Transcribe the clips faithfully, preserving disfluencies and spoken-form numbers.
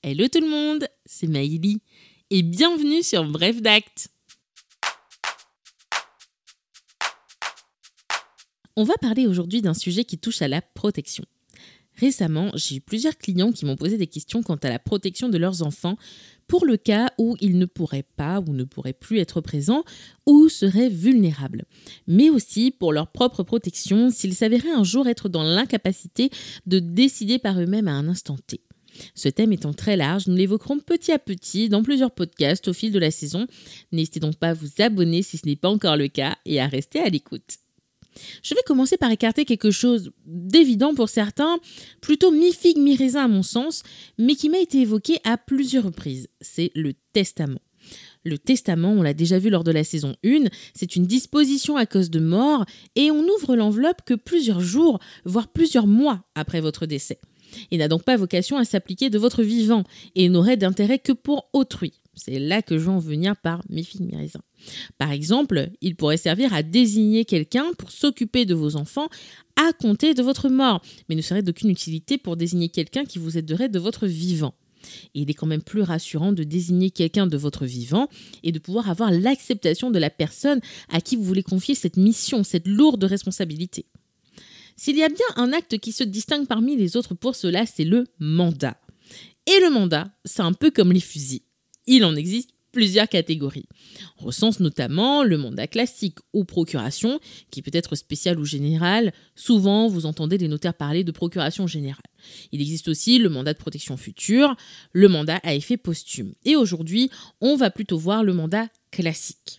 Hello tout le monde, c'est Maïli et bienvenue sur Bref d'Acte. On va parler aujourd'hui d'un sujet qui touche à la protection. Récemment, j'ai eu plusieurs clients qui m'ont posé des questions quant à la protection de leurs enfants pour le cas où ils ne pourraient pas ou ne pourraient plus être présents ou seraient vulnérables, mais aussi pour leur propre protection s'ils s'avéraient un jour être dans l'incapacité de décider par eux-mêmes à un instant T. Ce thème étant très large, nous l'évoquerons petit à petit dans plusieurs podcasts au fil de la saison. N'hésitez donc pas à vous abonner si ce n'est pas encore le cas et à rester à l'écoute. Je vais commencer par écarter quelque chose d'évident pour certains, plutôt mi-figue mi-raisin à mon sens, mais qui m'a été évoqué à plusieurs reprises. C'est le testament. Le testament, on l'a déjà vu lors de la saison un, c'est une disposition à cause de mort et on ouvre l'enveloppe que plusieurs jours, voire plusieurs mois après votre décès. Il n'a donc pas vocation à s'appliquer de votre vivant et n'aurait d'intérêt que pour autrui. C'est là que je veux en venir par mi-figue mi-raisin. Par exemple, il pourrait servir à désigner quelqu'un pour s'occuper de vos enfants à compter de votre mort, mais ne serait d'aucune utilité pour désigner quelqu'un qui vous aiderait de votre vivant. Et il est quand même plus rassurant de désigner quelqu'un de votre vivant et de pouvoir avoir l'acceptation de la personne à qui vous voulez confier cette mission, cette lourde responsabilité. S'il y a bien un acte qui se distingue parmi les autres pour cela, c'est le mandat. Et le mandat, c'est un peu comme les fusils. Il en existe plusieurs catégories. On recense notamment le mandat classique ou procuration, qui peut être spécial ou général. Souvent, vous entendez les notaires parler de procuration générale. Il existe aussi le mandat de protection future, le mandat à effet posthume. Et aujourd'hui, on va plutôt voir le mandat classique.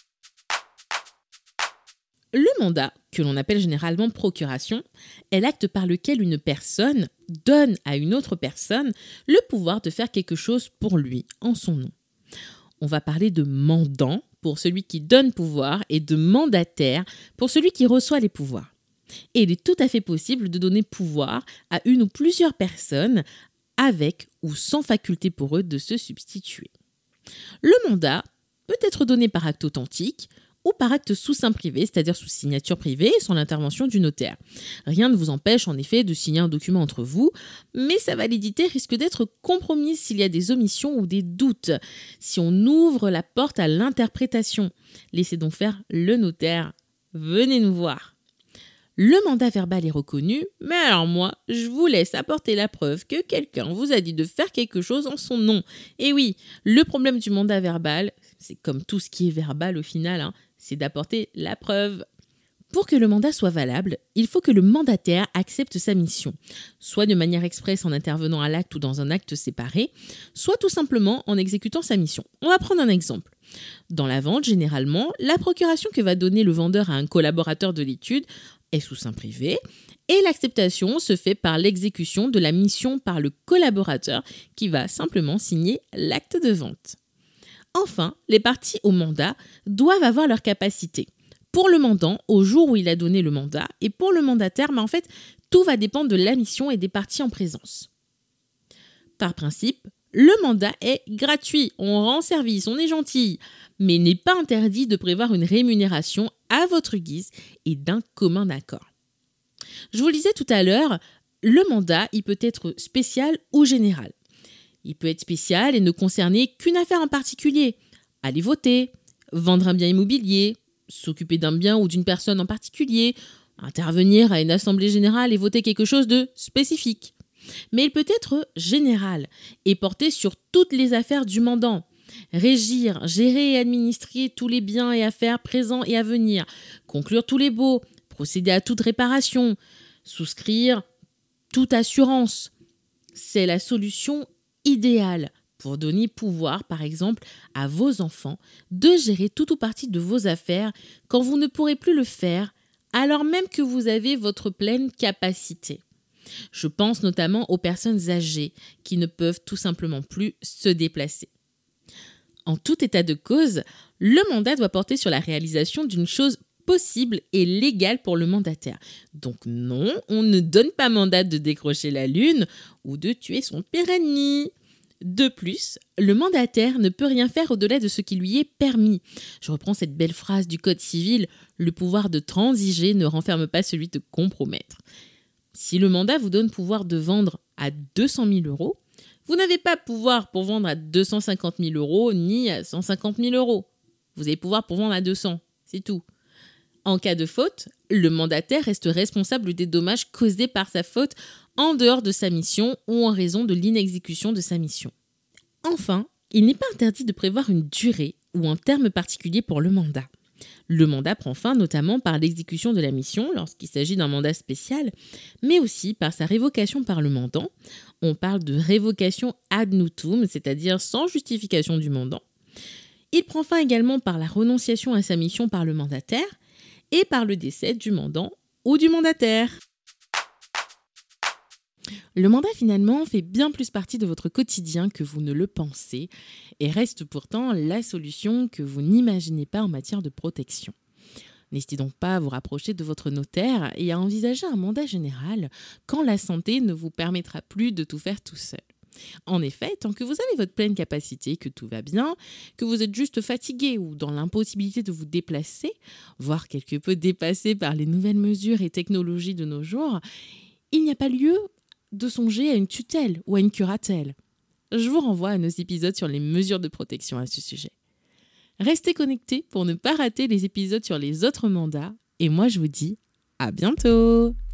Le mandat, que l'on appelle généralement procuration, est l'acte par lequel une personne donne à une autre personne le pouvoir de faire quelque chose pour lui, en son nom. On va parler de mandant pour celui qui donne pouvoir et de mandataire pour celui qui reçoit les pouvoirs. Et il est tout à fait possible de donner pouvoir à une ou plusieurs personnes avec ou sans faculté pour eux de se substituer. Le mandat peut être donné par acte authentique ou par acte sous seing privé, c'est-à-dire sous signature privée sans l'intervention du notaire. Rien ne vous empêche en effet de signer un document entre vous, mais sa validité risque d'être compromise s'il y a des omissions ou des doutes, si on ouvre la porte à l'interprétation. Laissez donc faire le notaire. Venez nous voir. Le mandat verbal est reconnu, mais alors moi, je vous laisse apporter la preuve que quelqu'un vous a dit de faire quelque chose en son nom. Et oui, le problème du mandat verbal, c'est comme tout ce qui est verbal au final, hein, c'est d'apporter la preuve. Pour que le mandat soit valable, il faut que le mandataire accepte sa mission, soit de manière expresse en intervenant à l'acte ou dans un acte séparé, soit tout simplement en exécutant sa mission. On va prendre un exemple. Dans la vente, généralement, la procuration que va donner le vendeur à un collaborateur de l'étude est sous seing privé et l'acceptation se fait par l'exécution de la mission par le collaborateur qui va simplement signer l'acte de vente. Enfin, les parties au mandat doivent avoir leur capacité. Pour le mandant, au jour où il a donné le mandat, et pour le mandataire, mais en fait, tout va dépendre de la mission et des parties en présence. Par principe, le mandat est gratuit, on rend service, on est gentil, mais il n'est pas interdit de prévoir une rémunération à votre guise et d'un commun accord. Je vous le disais tout à l'heure, le mandat, il peut être spécial ou général. Il peut être spécial et ne concerner qu'une affaire en particulier. Aller voter, vendre un bien immobilier, s'occuper d'un bien ou d'une personne en particulier, intervenir à une assemblée générale et voter quelque chose de spécifique. Mais il peut être général et porter sur toutes les affaires du mandant. Régir, gérer et administrer tous les biens et affaires présents et à venir, conclure tous les baux, procéder à toute réparation, souscrire toute assurance. C'est la solution idéale pour donner pouvoir, par exemple, à vos enfants de gérer tout ou partie de vos affaires quand vous ne pourrez plus le faire, alors même que vous avez votre pleine capacité. Je pense notamment aux personnes âgées qui ne peuvent tout simplement plus se déplacer. En tout état de cause, le mandat doit porter sur la réalisation d'une chose possible et légale pour le mandataire. Donc non, on ne donne pas mandat de décrocher la lune ou de tuer son pire ennemi. De plus, le mandataire ne peut rien faire au-delà de ce qui lui est permis. Je reprends cette belle phrase du Code civil, le pouvoir de transiger ne renferme pas celui de compromettre. Si le mandat vous donne pouvoir de vendre à deux cent mille euros, Vous n'avez pas pouvoir pour vendre à deux cent cinquante mille euros ni à cent cinquante mille euros. Vous avez pouvoir pour vendre à deux cents, c'est tout. En cas de faute, le mandataire reste responsable des dommages causés par sa faute en dehors de sa mission ou en raison de l'inexécution de sa mission. Enfin, il n'est pas interdit de prévoir une durée ou un terme particulier pour le mandat. Le mandat prend fin notamment par l'exécution de la mission lorsqu'il s'agit d'un mandat spécial, mais aussi par sa révocation par le mandant. On parle de révocation ad nutum, c'est-à-dire sans justification du mandant. Il prend fin également par la renonciation à sa mission par le mandataire et par le décès du mandant ou du mandataire. Le mandat finalement fait bien plus partie de votre quotidien que vous ne le pensez et reste pourtant la solution que vous n'imaginez pas en matière de protection. N'hésitez donc pas à vous rapprocher de votre notaire et à envisager un mandat général quand la santé ne vous permettra plus de tout faire tout seul. En effet, tant que vous avez votre pleine capacité, que tout va bien, que vous êtes juste fatigué ou dans l'impossibilité de vous déplacer, voire quelque peu dépassé par les nouvelles mesures et technologies de nos jours, il n'y a pas lieu de songer à une tutelle ou à une curatelle. Je vous renvoie à nos épisodes sur les mesures de protection à ce sujet. Restez connectés pour ne pas rater les épisodes sur les autres mandats et moi je vous dis à bientôt.